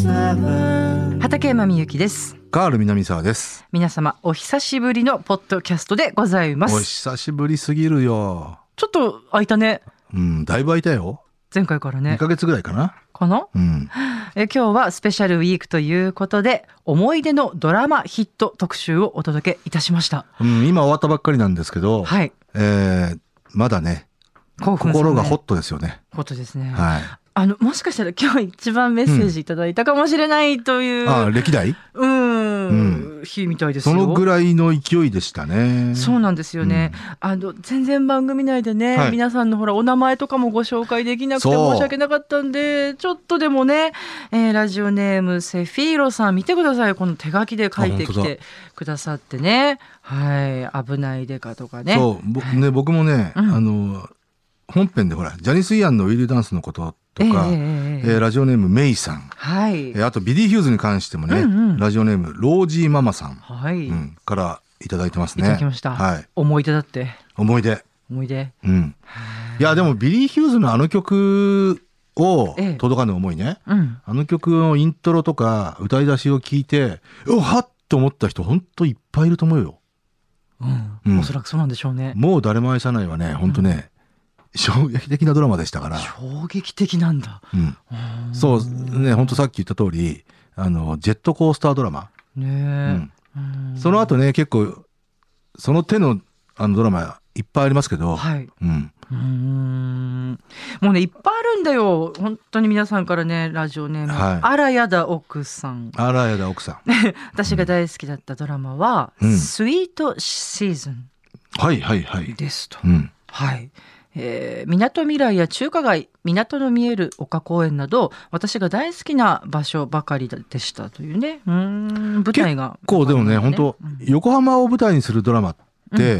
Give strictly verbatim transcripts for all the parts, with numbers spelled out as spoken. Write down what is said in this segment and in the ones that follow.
畠山みゆきです。 カール南沢です。 皆様お久しぶりのポッドキャストでございます。 お久しぶりすぎるよ。 ちょっと空いたね。 うん、だいぶ空いたよ。 前回からねにかげつぐらいかなかな、 うん、 え今日はスペシャルウィークということで思い出のドラマヒット特集をお届けいたしました、 うん、今終わったばっかりなんですけど、 はい、 えー、まだね興奮、ね、 心がホットですよね。 ホットですね、 はい、 あのもしかしたら今日一番メッセージいただいたかもしれないという、 うん、あ歴代うん、うん、日みたいですよ。 そのぐらいの勢いでしたね。 そうなんですよね、うん、あの全然番組内でね、はい、皆さんのほらお名前とかもご紹介できなくて申し訳なかったんで、ちょっとでもね、えー、ラジオネームセフィーロさん見てください。この手書きで書いてきてくださってね、はい、危ないデカとかね。 そう、ね、僕もね、うん、あの本編でほらジャニス・イアンのウィル・ダンスのこととか、えーえー、ラジオネームメイさん、はい、えー、あとビリー・ヒューズに関してもね、うんうん、ラジオネームロージーママさん、はい、うん、からいただいてますね。 いただきました、はい、思い出だって思い出思い出、 うん、いやでもビリー・ヒューズのあの曲を届かぬ思いね、えーうん、あの曲のイントロとか歌い出しを聞いてうわっと思った人本当いっぱいいると思うよ、 うんうん、おそらくそうなんでしょうね。 もう誰も愛さないはね本当ね、うん衝撃的なドラマでしたから。 衝撃的なんだ、 うん、そうね、本当さっき言った通りあのジェットコースタードラマ、ね、うん、その後ね結構その手の、あのドラマいっぱいありますけど、はい、うん、 うーんもうねいっぱいあるんだよ本当に。皆さんからねラジオネーム、はい、あらやだ奥さん、 あらやだ奥さん私が大好きだったドラマは、うん、スイートシーズン、 はいはいはいですと、うん、はいえー、港未来や中華街、港の見える丘公園など私が大好きな場所ばかりでしたというね。うーん舞台が結構でもね本当、うん、横浜を舞台にするドラマって、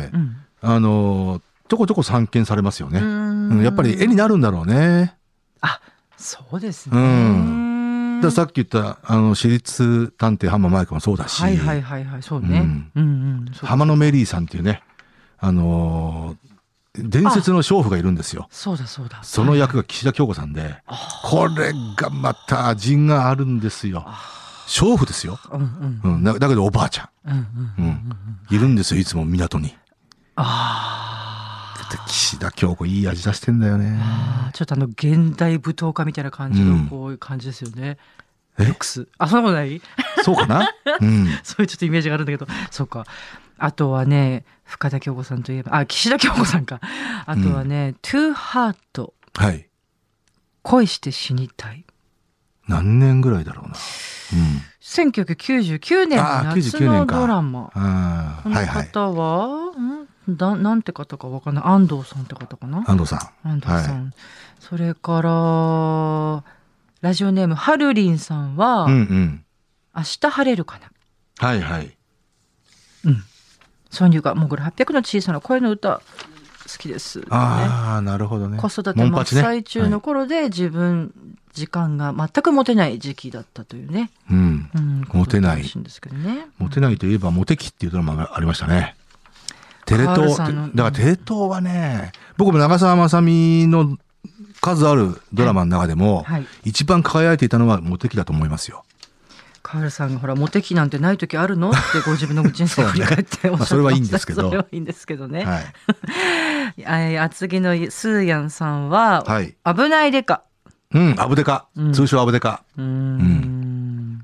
うんうん、あのちょこちょこ散見されますよね。うんやっぱり絵になるんだろうね。 あそうですね、うん、 ださっき言ったあの私立探偵浜マイクもそうだし、 はいはいはいはいそうね、うんうんうん、 浜野メリーさんっていうねあのー伝説の娼婦がいるんですよ。 そうだそうだ。 その役が岸田京子さんで、これがまた味があるんですよ。娼婦ですよ、うんうんうん、だ, だけどおばあちゃん、うんうんうんうん、いるんですよいつも港に。あ岸田京子いい味出してんだよね。 あちょっとあの現代舞踏家みたいな感じのこういう感じですよね、うん、ルックス。あそんなことないそうかな、うん、 そういうちょっとイメージがあるんだけど。そうか。あとはね深田恭子さんといえばあ岸田京子さんか。あとはね、うん、トゥーハート、はい、恋して死にたい。 何年ぐらいだろうな、うん、 せんきゅうひゃくきゅうじゅうきゅうねんの夏のドラマ。あこの方は、はいはい、だなんて方か分かんない。安藤さんって方かな。 安藤さん、 安藤さん、はい、それからラジオネームはるりんさんは、うんうん、明日晴れるかな。 はいはい、 うんソニュがもぐらはっぴゃくの小さな声の歌好きです、ね、 ああなるほどね。 子育て真っ最中の頃で自分時間が全く持てない時期だったというね、 うんうん、モテない、 ね、 モテないといえばモテ期っていうドラマがありましたね。テレ東だからテレ東はね僕も長澤まさみの数あるドラマの中でも、はいはい、一番輝いていたのはモテ期だと思いますよ。 カールさんがほらモテ期なんてない時あるのってご自分の人生を振り返っておっしゃってました。 それはいいんですけどそれはいいんですけどね、はい、厚木のスーヤンさんは、はい、危ないデカ、 うんアブデカ、うん、通称アブデカ。うーん、うん、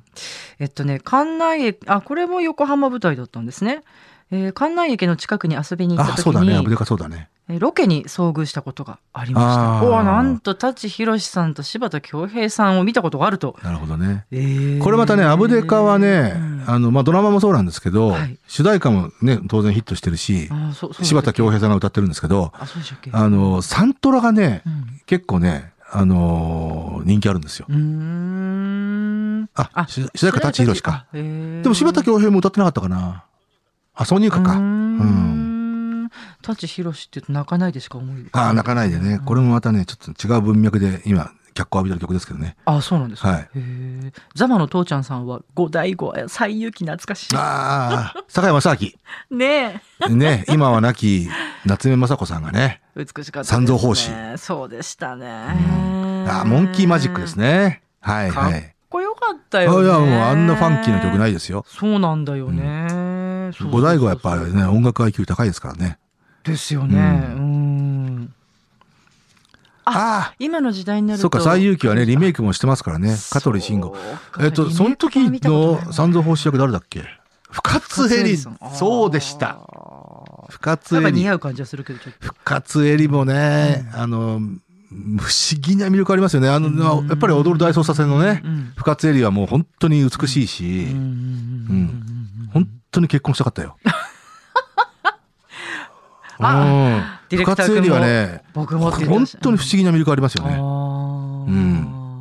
えっとね関内駅あこれも横浜舞台だったんですね、えー、関内駅の近くに遊びに行った時にあそうだねアブデカそうだねロケに遭遇したことがありました。おなんと舘ひろしさんと柴田恭平さんを見たことがあると。 なるほどね、えー、これまたねアブデカはね、うん、あのまあ、ドラマもそうなんですけど、はい、主題歌もね当然ヒットしてるし柴田恭平さんが歌ってるんですけどあそうでしたっけあのサントラがね、うん、結構ね、あのー、人気あるんですよ。うーんああ主題歌舘ひろしか。でも柴田恭平も歌ってなかったかなあ挿入歌か。うん舘ひろしって言うと泣かないでしか思いあ泣かないでね、うん、これもまたねちょっと違う文脈で今脚光浴びてる曲ですけどね。 あそうなんですか、 はい、 へザマの父ちゃんさんは五代五西遊記懐かしい。 ああ坂井正明ねえね今は亡き夏目雅子さんがね美しかったですね。 三蔵法師そうでしたね、 うん、あモンキーマジックですね。はいはいかっこよかったよね。 いやもうあんなファンキーな曲ないですよ。 そうなんだよね。 五大悟はやっぱりね音楽 アイキュー 高いですからね。 ですよね。うん。うんああ今の時代になるとそうか西遊記はねリメイクもしてますからね。香取慎吾。えっとその時の三蔵法師役誰だっけ？深津絵里。そうでした。深津絵里。 似合う感じはするけどちょっと。 深津絵里もね、うん、あの不思議な魅力ありますよね。あの、うん、やっぱり踊る大捜査線のね、うん、深津絵里はもう本当に美しいし、うん、本当に結婚したかったよ。 あ、ディレクター君も深津絵里はね、 僕も本当に不思議な魅力ありますよね。 うん、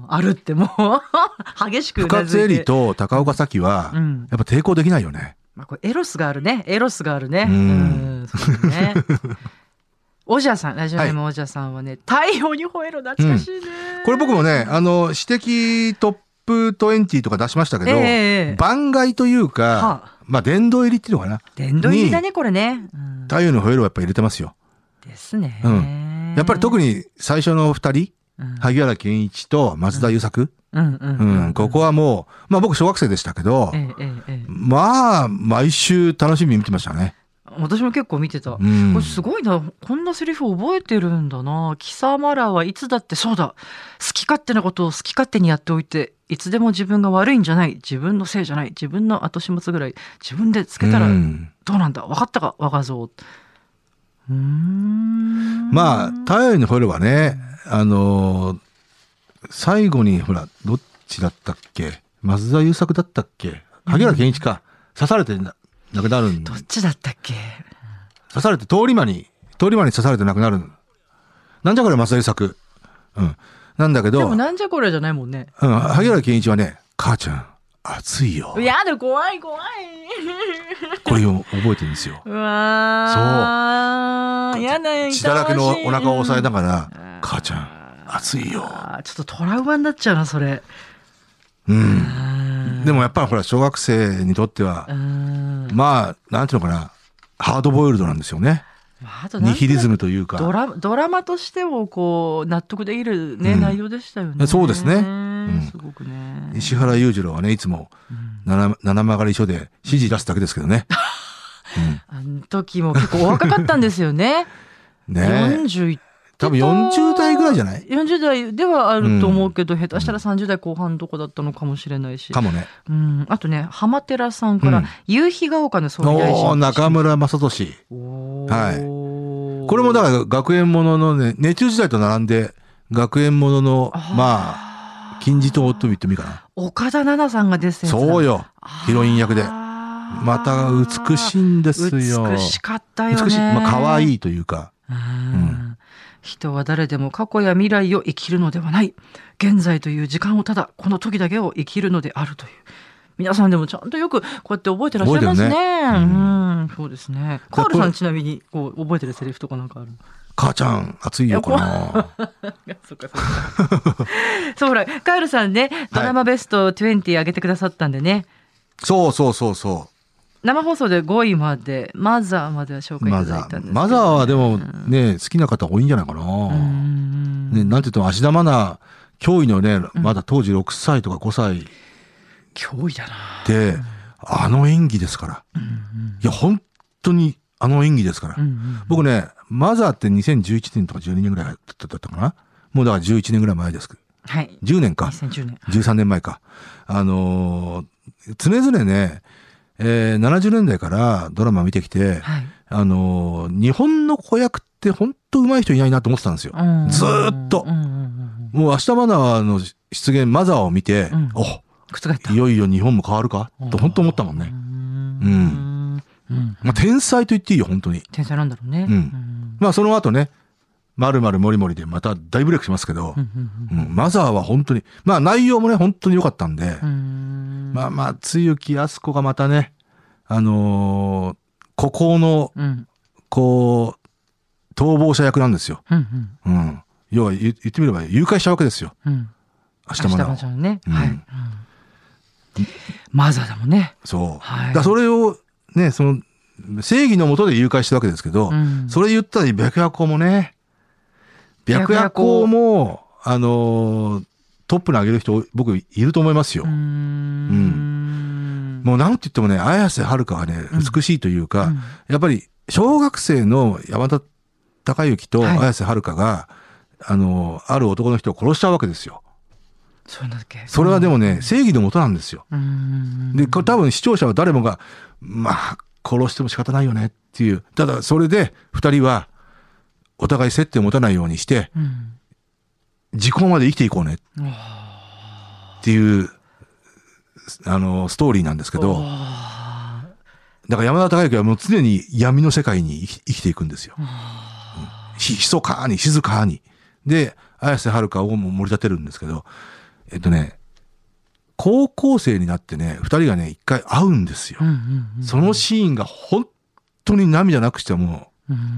あるってもう激しくうなずいて。 深津絵里と高岡早紀は、うん、やっぱ抵抗できないよね。 まあ、これエロスがあるね。エロスがあるね。うん、うんそうね。おじゃさん、ラジオネームおじゃさんはね、はい、太陽に吠えろ懐かしいね、 うん。これ僕もね、あの、私的トップにじゅうとか出しましたけど、えー、番外というか、はあ、まあ、殿堂入りっていうのかな。 殿堂入りだね、これね。 うん、太陽に吠えろはやっぱり入れてますよ。 ですね。 うん。やっぱり特に最初の二人、うん、萩原健一と松田優作。うん。うん。うん。ここはもう、まあ僕小学生でしたけど、えーえーえー、まあ、毎週楽しみに見てましたね。 私も結構見てた、うん、これすごいなこんなセリフ覚えてるんだな。貴様らはいつだってそうだ好き勝手なことを好き勝手にやっておいていつでも自分が悪いんじゃない自分のせいじゃない自分の後始末ぐらい自分でつけたらどうなんだ、うん、分かったか若造。うーんまあ太陽に吠えればねあのー、最後にほらどっちだったっけ松田優作だったっけ萩原健一か、うん、刺されてんだ亡くなるんどっちだったっけ刺されて通り魔に通り魔に刺されて亡くなるなんじゃこれ松田優作うんなんだけどでもなんじゃこれじゃないもんねうん萩原健一はね母ちゃん熱いよいやでも怖い怖いこれを覚えてるんですようわそうやだ血だらけのお腹を押さえながら母ちゃん熱いよちょっとトラウマになっちゃうなそれうんでもやっぱりほら小学生にとってはまあなんていうのかなハードボイルドなんですよね。あとニヒリズムというかドラ、ドラマとしてもこう納得できる、ねうん、内容でしたよね。 そうですね、うん、 すごくね石原裕次郎はねいつも 七, 七曲り書で指示出すだけですけどね、 うん、あの時も結構お若かったんですよねねよんじゅうい多分よんじゅう代ぐらいじゃないよんじゅう代ではあると思うけど、うん、下手したらさんじゅう代後半とかだったのかもしれないしかもね、 うん、あとね浜寺さんから、うん、夕日が丘の総理大臣お中村雅俊はいこれもだから学園もののね熱中時代と並んで学園もののまあ金字塔と言ってもいいかな岡田奈々さんが出てたそうよヒロイン役でまた美しいんですよ美しかったよね美しいまあ可愛いというかうん人は誰でも過去や未来を生きるのではない現在という時間をただこの時だけを生きるのであるという皆さんでもちゃんとよくこうやって覚えてらっしゃいますね。ねうん、うん、そうですね。カールさんちなみにこう覚えてるセリフとかなんかある？ 母ちゃん熱いよかな。 そっかそっか。そうほらカールさんねドラマベストにじゅう上げてくださったんでね。はい、 そうそうそうそう。 生放送でごいまでマザーまでは紹介いただいたんですけど、ね、 マザーはでもね好きな方多いんじゃないかな。うんねなんて言っても芦田愛菜驚異のねまだ当時ろくさいとかごさい。 脅威だなで、あの演技ですから、うんうん、いや本当にあの演技ですから、うんうんうん、僕ねマザーってにせんじゅういちねんとかじゅうにねんぐらいだったかなもうだからじゅういちねんぐらい前ですはいじゅうねんかにせんじゅうねんじゅうさんねんまえかあのー、常々ね、えー、ななじゅうねんだいからドラマ見てきて、はい、あのー、日本の子役って本当上手い人いないなと思ってたんですよ、うんうん、ずーっと、うんうんうん、もう芦田愛菜の出現マザーを見て、うん、おいよいよ日本も変わるかと本当思ったもんね。うん。うん。まあ天才と言っていいよ本当に。 天才なんだろうね。 うん。うん、まあその後ね、まるまるもりもりでまた大ブレイクしますけど、うんうんうんうん、マザーは本当にまあ内容もね本当に良かったんで、うんまあまあ露木靖子がまたね、あのー、孤高の、うん、こう逃亡者役なんですよ。うんうん。うん、要は言ってみれば誘拐したわけですよ。うん。明日まで。 ね。うん、はい。うんマザーだもんね。 そう。はい、だそれをね、その正義のもとで誘拐したわけですけど、うん、それ言ったら白夜行もね、白夜行もあのー、 トップに上げる人僕いると思いますよ。うん、うん、もうなんて言ってもね、綾瀬はるかはね美しいというか、うん、やっぱり小学生の山田孝之と綾瀬はるかが、はい、あのある男の人を殺しちゃうわけですよ。 それだっけ。 それはでもね、正義のもとなんですよ。で、多分視聴者は誰もがまあ殺しても仕方ないよねっていう。ただそれで二人はお互い接点を持たないようにして、うん、時効まで生きていこうねっていうあのストーリーなんですけど、だから山田孝之はもう常に闇の世界に生き、生きていくんですよ。ひ、ひそかに静かに。で、綾瀬はるかを盛り立てるんですけど、えっとね、高校生になってね、二人がね、一回会うんですよ。うんうんうん、そのシーンが本当に涙なくしてもう、うーん、うん、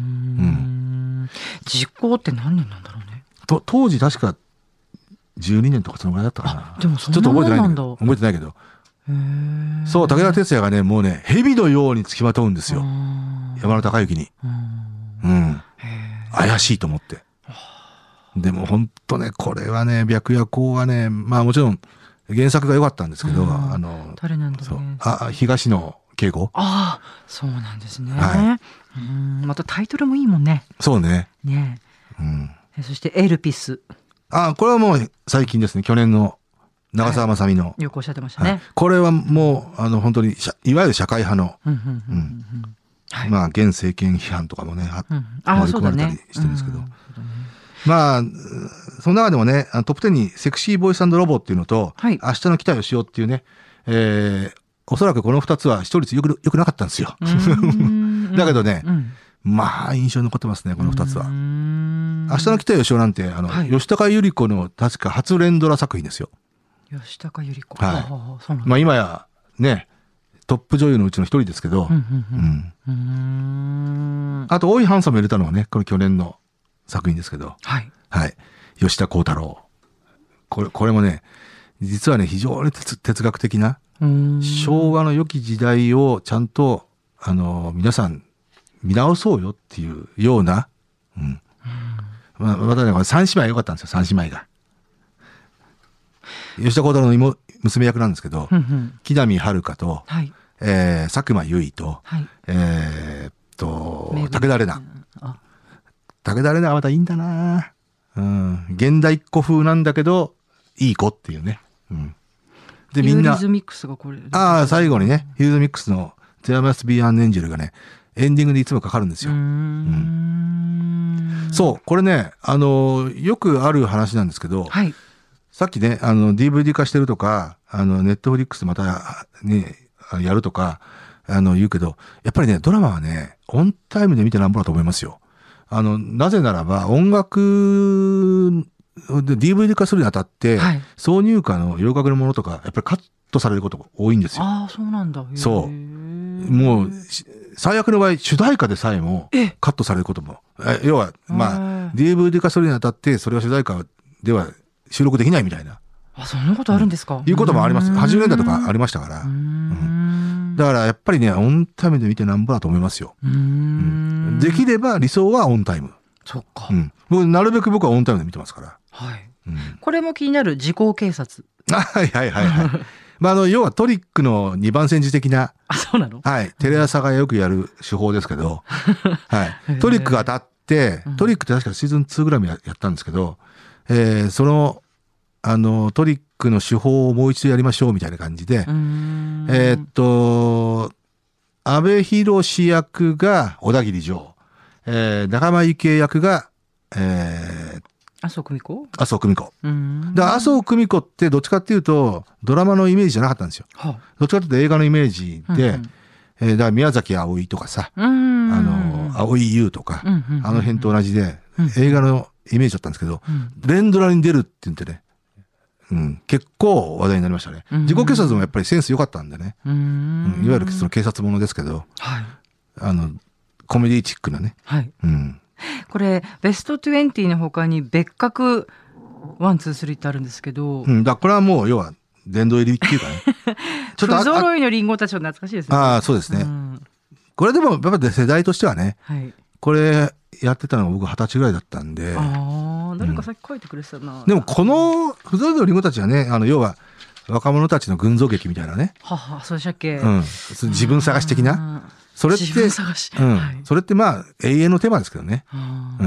時効って何年なんだろうね。 と当時確かじゅうにねんとかそのぐらいだったかな。でもそんなもんなんだ。ちょっと覚えてないけど。覚えてないけど。そう、武田鉄矢がね、もうね、蛇のように付きまとうんですよ。山田孝之に。うん。怪しいと思って。でも本当ね、これはね、白夜行はね、まあもちろん原作が良かったんですけど、あの、 誰なんだろうね。 あ、東野圭吾。 ああ、そうなんですね。はい、うん、またタイトルもいいもんね。 そうね。 ね。うん。そしてエルピス。 あ、これはもう最近ですね。去年の長澤まさみの、はい、 よくおっしゃってましたね。はい、 これはもうあの本当にいわゆる社会派の、まあ現政権批判とかもね、うん、盛り込まれたりしてるんですけど。まあ、その中でもね、トップじゅうにセクシーボイス&ロボっていうのと、はい、明日の北よしおっていうね、えー、おそらくこの二つは視聴率よく、よくなかったんですよ。だけどね、うん、まあ印象に残ってますね、この二つは。明日の北よしおなんて、あの、はい、吉高由里子の確か初連ドラ作品ですよ。 吉高由里子。 はい。そうなんまあ今やね、トップ女優のうちの一人ですけど、あと、大井ハンサム入れたのはね、この去年の作品ですけど、はい。はい。吉田鋼太郎。これ、これもね、実はね、非常に 哲, 哲学的な、昭和の良き時代をちゃんと、あの、皆さん見直そうよっていうような、うん。まあ、またね、これ三姉妹良かったんですよ、三姉妹が。吉田鋼太郎の妹娘役なんですけど、うんうん、木南遥と、はい、えー、佐久間由衣と、はい、えー、っと、武田玲奈。武田玲奈はまたいいんだな、うん、現代っ子風なんだけど、いい子っていうね。うん、 で、みんな。ヒューリズミックスがこれ。 ああ、最後にね、ヒューリズミックスの There Must Be an Angel がね、エンディングでいつもかかるんですよ。うーん、うん、そう、これね、あの、よくある話なんですけど、はい、さっきね、あの、ディーブイディー 化してるとか、あの、ネットフリックスでまたね、やるとか、あの、言うけど、やっぱりね、ドラマはね、オンタイムで見てなんぼだと思いますよ。あの、なぜならば、音楽で ディーブイディー 化するにあたって、はい、挿入歌の洋楽のものとか、やっぱりカットされることが多いんですよ。 ああ、そうなんだ。 そう。もう、最悪の場合、主題歌でさえもカットされることも。え要は、まあ、ディーブイディー 化するにあたって、それは主題歌では収録できないみたいな。 あ、そんなことあるんですか、 うん、いうこともあります。はちじゅうねんだいとかありましたから。うん、だからやっぱりね、オンタイムで見てなんぼだと思いますよ。うん、できれば理想はオンタイム。 そっか。 うん。僕なるべく僕はオンタイムで見てますから。 はい。うん、これも気になる時効警察。 はいはいはいはい。まあ、あの、要はトリックの二番煎じ的な。 あ、そうなの？ はい。テレ朝がよくやる手法ですけど。はい。トリックが当たって、トリックって確かシーズンツーぐらいも や, やったんですけど、えー、その、あの、トリックの手法をもう一度やりましょうみたいな感じで、えー、っと、阿部寛役が小田切丈、えー、仲間由紀恵役が、えー、 麻生久美子麻生久美子。だから麻生久美子ってどっちかっていうと、ドラマのイメージじゃなかったんですよ。はあ、どっちかっていうと映画のイメージで、うんうん、えー、だから宮崎あおいとかさ、あの、蒼井優とか、うんうんうんうん、あの辺と同じで、うん、映画のイメージだったんですけど、うん、連ドラに出るって言ってね、うん、結構話題になりましたね。自己警察もやっぱりセンス良かったんでね。うん、うん、いわゆるその警察ものですけど、はい、あの、コメディチックなね。はい。うん、 これ、ベストにじゅうの他に別格ワン、ツー、スリーってあるんですけど。 うん、だからこれはもう、要は、殿堂入りっていうかね。 ちょっと不揃いのリンゴたちは懐かしいですね。 ああ、そうですね。うん、これでも、やっぱり世代としてはね、はい、これやってたのが僕二十歳ぐらいだったんで。ああ、 誰かさっき書いてくれてたな。 うん、でもこの不揃いのりんごたちはね、あの要は若者たちの群像劇みたいなね。 はは、そうでしたっけ。 うん、自分探し的な。それって、 自分探し、 うん、 はい、 それってまあ永遠のテーマですけどね。うん、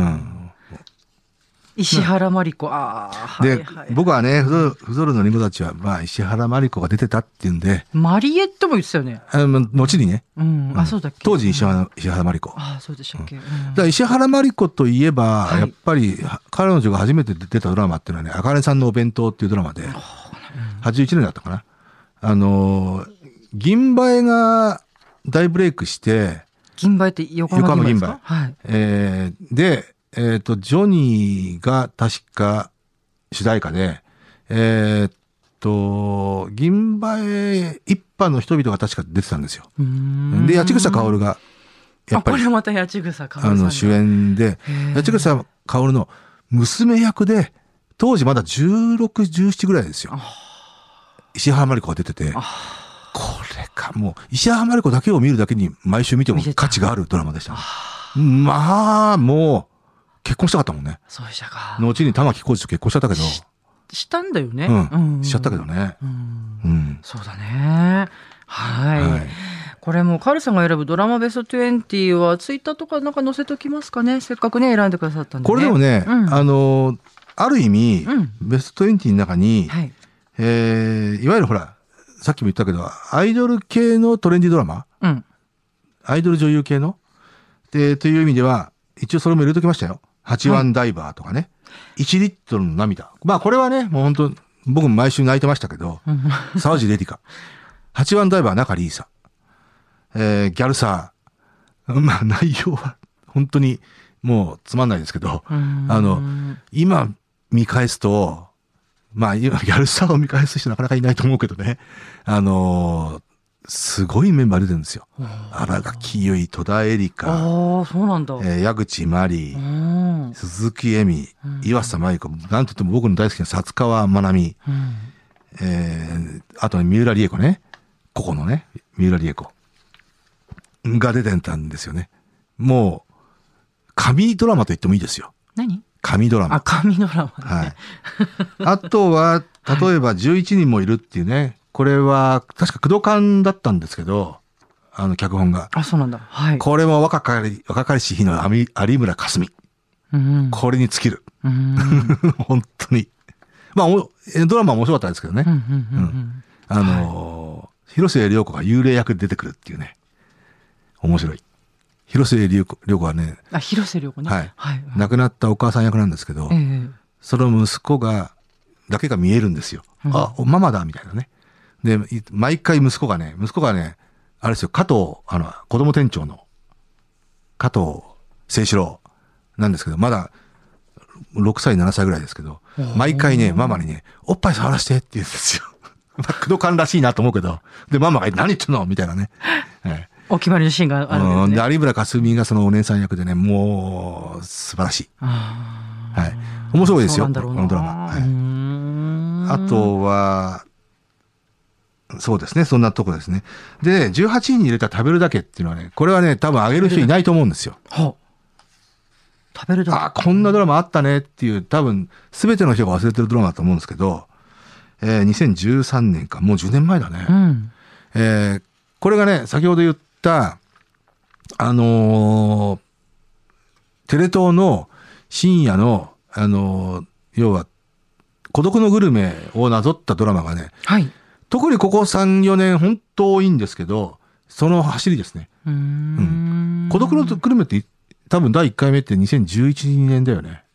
石原真理子、ああ、 で、 はいはいはい、 僕はね、不揃いのりんごたちはまあ石原真理子が出てたっていうんで。 マリエっても言ってたよね。 あの後にね。 うん、あ、そうだっけ。 当時石原、石原真理子。 あ、そうでしたっけ。うん、だから石原真理子といえば、はい、やっぱり彼女が初めて出たドラマっていうのはね、あかねさんのお弁当っていうドラマで、はちじゅういちねんだったかな。あの銀蠅が大ブレイクして、 銀蠅って横浜銀蠅ですか？ はい。えー、で、えっ、ー、と、ジョニーが確か主題歌で、えっ、ー、と、銀蠅一派の人々が確か出てたんですよ。で、八千草薫が、 やっぱり、あ、これまた八千草薫さんあの主演で、八千草薫の娘役で、当時まだじゅうろく、じゅうななぐらいですよ。石原真理子が出てて、これか、もう、石原真理子だけを見るだけに毎週見ても価値があるドラマでした、ね。まあ、もう、結婚したかったもんね。 そうでしたか。 後に玉置浩二と結婚しちゃったけど。 し, したんだよね。 うん。うん、しちゃったけどね。うん。うん、 そうだね。はい。はい、これもカールさんが選ぶドラマベストにじゅうはツイッターとかなんか載せときますかね。せっかくね、選んでくださったんで、ね。 これでもね、うん、あの、ある意味、うん、ベストにじゅうの中に、はい、えー、いわゆるほら、さっきも言ったけど、アイドル系のトレンディドラマ、うん、アイドル女優系ので、という意味では、一応それも入れときましたよ。はちワンダイバーとかね。はい、いちリットルの涙。まあこれはね、もう本当僕も毎週泣いてましたけど、沢尻エリカ。はちワンダイバー中里依紗。えー、ギャルサー。まあ内容は本当にもうつまんないですけど、あの、今見返すと、まあ今ギャルサーを見返す人なかなかいないと思うけどね。あのー、すごいメンバー出てるんですよ。新垣結衣、戸田恵梨香、 あ、そうなんだ、 えー、矢口真理、鈴木恵美、岩佐麻由子、なんといっても僕の大好きな薩川真奈美、うん、えー、あと三浦理恵子ね、ここのね、三浦理恵子が出てたんですよね。もう、神ドラマと言ってもいいですよ。 何？ 神ドラマ。 あ、神ドラマ、ね。 はい。あとは、例えばじゅういちにんもいるっていうね、これは、確か工藤館だったんですけど、あの、脚本が。 あ、そうなんだ。はい。 これも若かり、若かりし日の有村架純。うん、これに尽きる。うん、本当に。まあ、ドラマは面白かったですけどね。あのー、はい、広末涼子が幽霊役で出てくるっていうね。面白い。広末涼子はね。 あ、広末涼子ね。 はい。はい、亡くなったお母さん役なんですけど、えー、その息子が、だけが見えるんですよ。うん、あ、ママだ、みたいなね。で、毎回息子がね、息子がね、あれですよ、加藤、あの、子供店長の、加藤清志郎なんですけど、まだろくさい、ななさいぐらいですけど、毎回ね、ママにね、おっぱい触らせてって言うんですよ。まあ、工藤館らしいなと思うけど、で、ママが何言ってんのみたいなね。はい、 お決まりのシーンがあるんですね。うん、 で、有村架純がそのお姉さん役でね、もう、素晴らしい。はい。面白いですよ、このドラマ。はい、あとは、そうですね。そんなとこですね。で、じゅうはちいに入れた食べるだけっていうのはね、これはね、多分あげる人いないと思うんですよ。 はあ、食べるだけ。 あ、こんなドラマあったねっていう、多分、すべての人が忘れてるドラマだと思うんですけど、えー、にせんじゅうさんねんか、もうじゅうねんまえだね。うん、えー、これがね、先ほど言った、あのー、テレ東の深夜の、あのー、要は、孤独のグルメをなぞったドラマがね、はい。特にここさん、よねん本当多いんですけど、その走りですね。うーん、うん。孤独のグルメって多分だいいっかいめってにせんじゅういち、にねんだよね。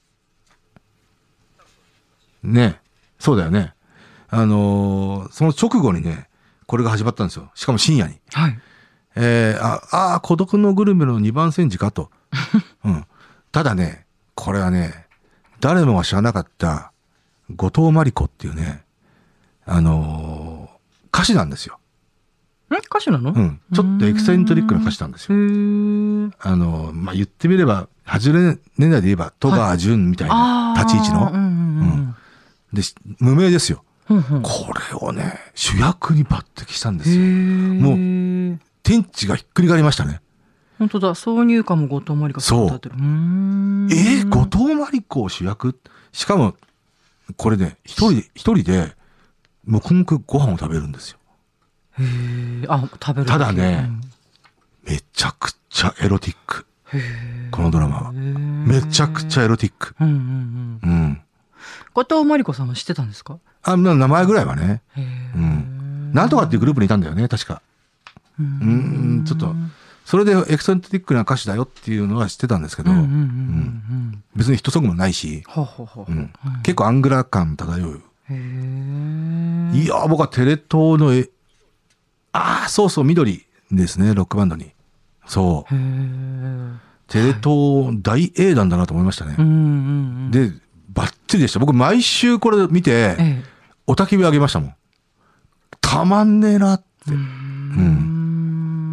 ね。そうだよね。あのー、その直後にね、これが始まったんですよ。しかも深夜に。はい。えー、あ、あ、孤独のグルメのにばん煎じかと。うん。ただね、これはね、誰もが知らなかった後藤真理子っていうね、あのー、歌手なんですよ。 ん歌手なの？ うん。ちょっとエキセントリックな歌手なんですよ。へー。あのー、まあ、言ってみれば、はちじゅうねんだいで言えば、戸川純みたいな立ち位置の。はい、うんうんうん、で、無名ですよ。うんうん、これをね、主役に抜擢したんですよ。もう、天地がひっくり返りましたね。 本当だ、挿入歌も後藤真理子さん歌ってる。 そう。うーんえー、後藤真理子主役？しかも、これね、一人で、一人で、むくむくご飯を食べるんですよ。 へえ。あ、食べる。 ただね、うん、めちゃくちゃエロティック。このドラマは。めちゃくちゃエロティック。うんうんうん。うん。 後藤真理子さんは知ってたんですか？ あ、名前ぐらいはね。うん。なんとかっていうグループにいたんだよね、確か。うん、ちょっと、それでエクセントリックな歌手だよっていうのは知ってたんですけど、別にヒットソングもないし、うん、結構アングラ感漂う。いや、僕はテレ東のえ、ああ、そうそう、緑ですね、ロックバンドに。そう。テレ東大英断だなと思いましたね。で、バッチリでした。僕、毎週これ見て、おたけびあげましたもん。たまんねえなって。うん。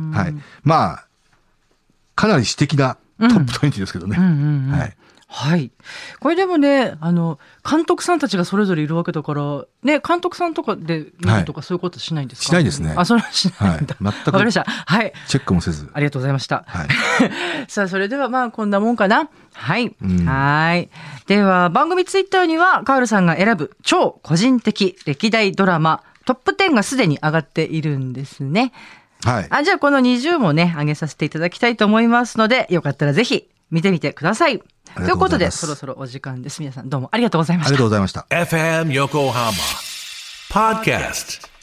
はい。まあ、かなり詩的なトップにじゅうですけどね。はい。 はい。これでもね、あの、監督さんたちがそれぞれいるわけだから、ね、監督さんとかで見るとかそういうことしないんですか？ しないですね。 あ、それはしないんだ。 はい、全く。 わかりました。はい。 チェックもせず。 ありがとうございました。はい。さあ、それではまあ、こんなもんかな。はい。うん、はい。では、番組ツイッターには、カールさんが選ぶ超個人的歴代ドラマ、トップじゅうがすでに上がっているんですね。 はい。 あ、じゃあこのにじゅうもね、上げさせていただきたいと思いますので、よかったらぜひ見てみてください。ということで、そろそろお時間です。皆さんどうもありがとうございました。 ありがとうございました。 エフエム 横浜 Podcast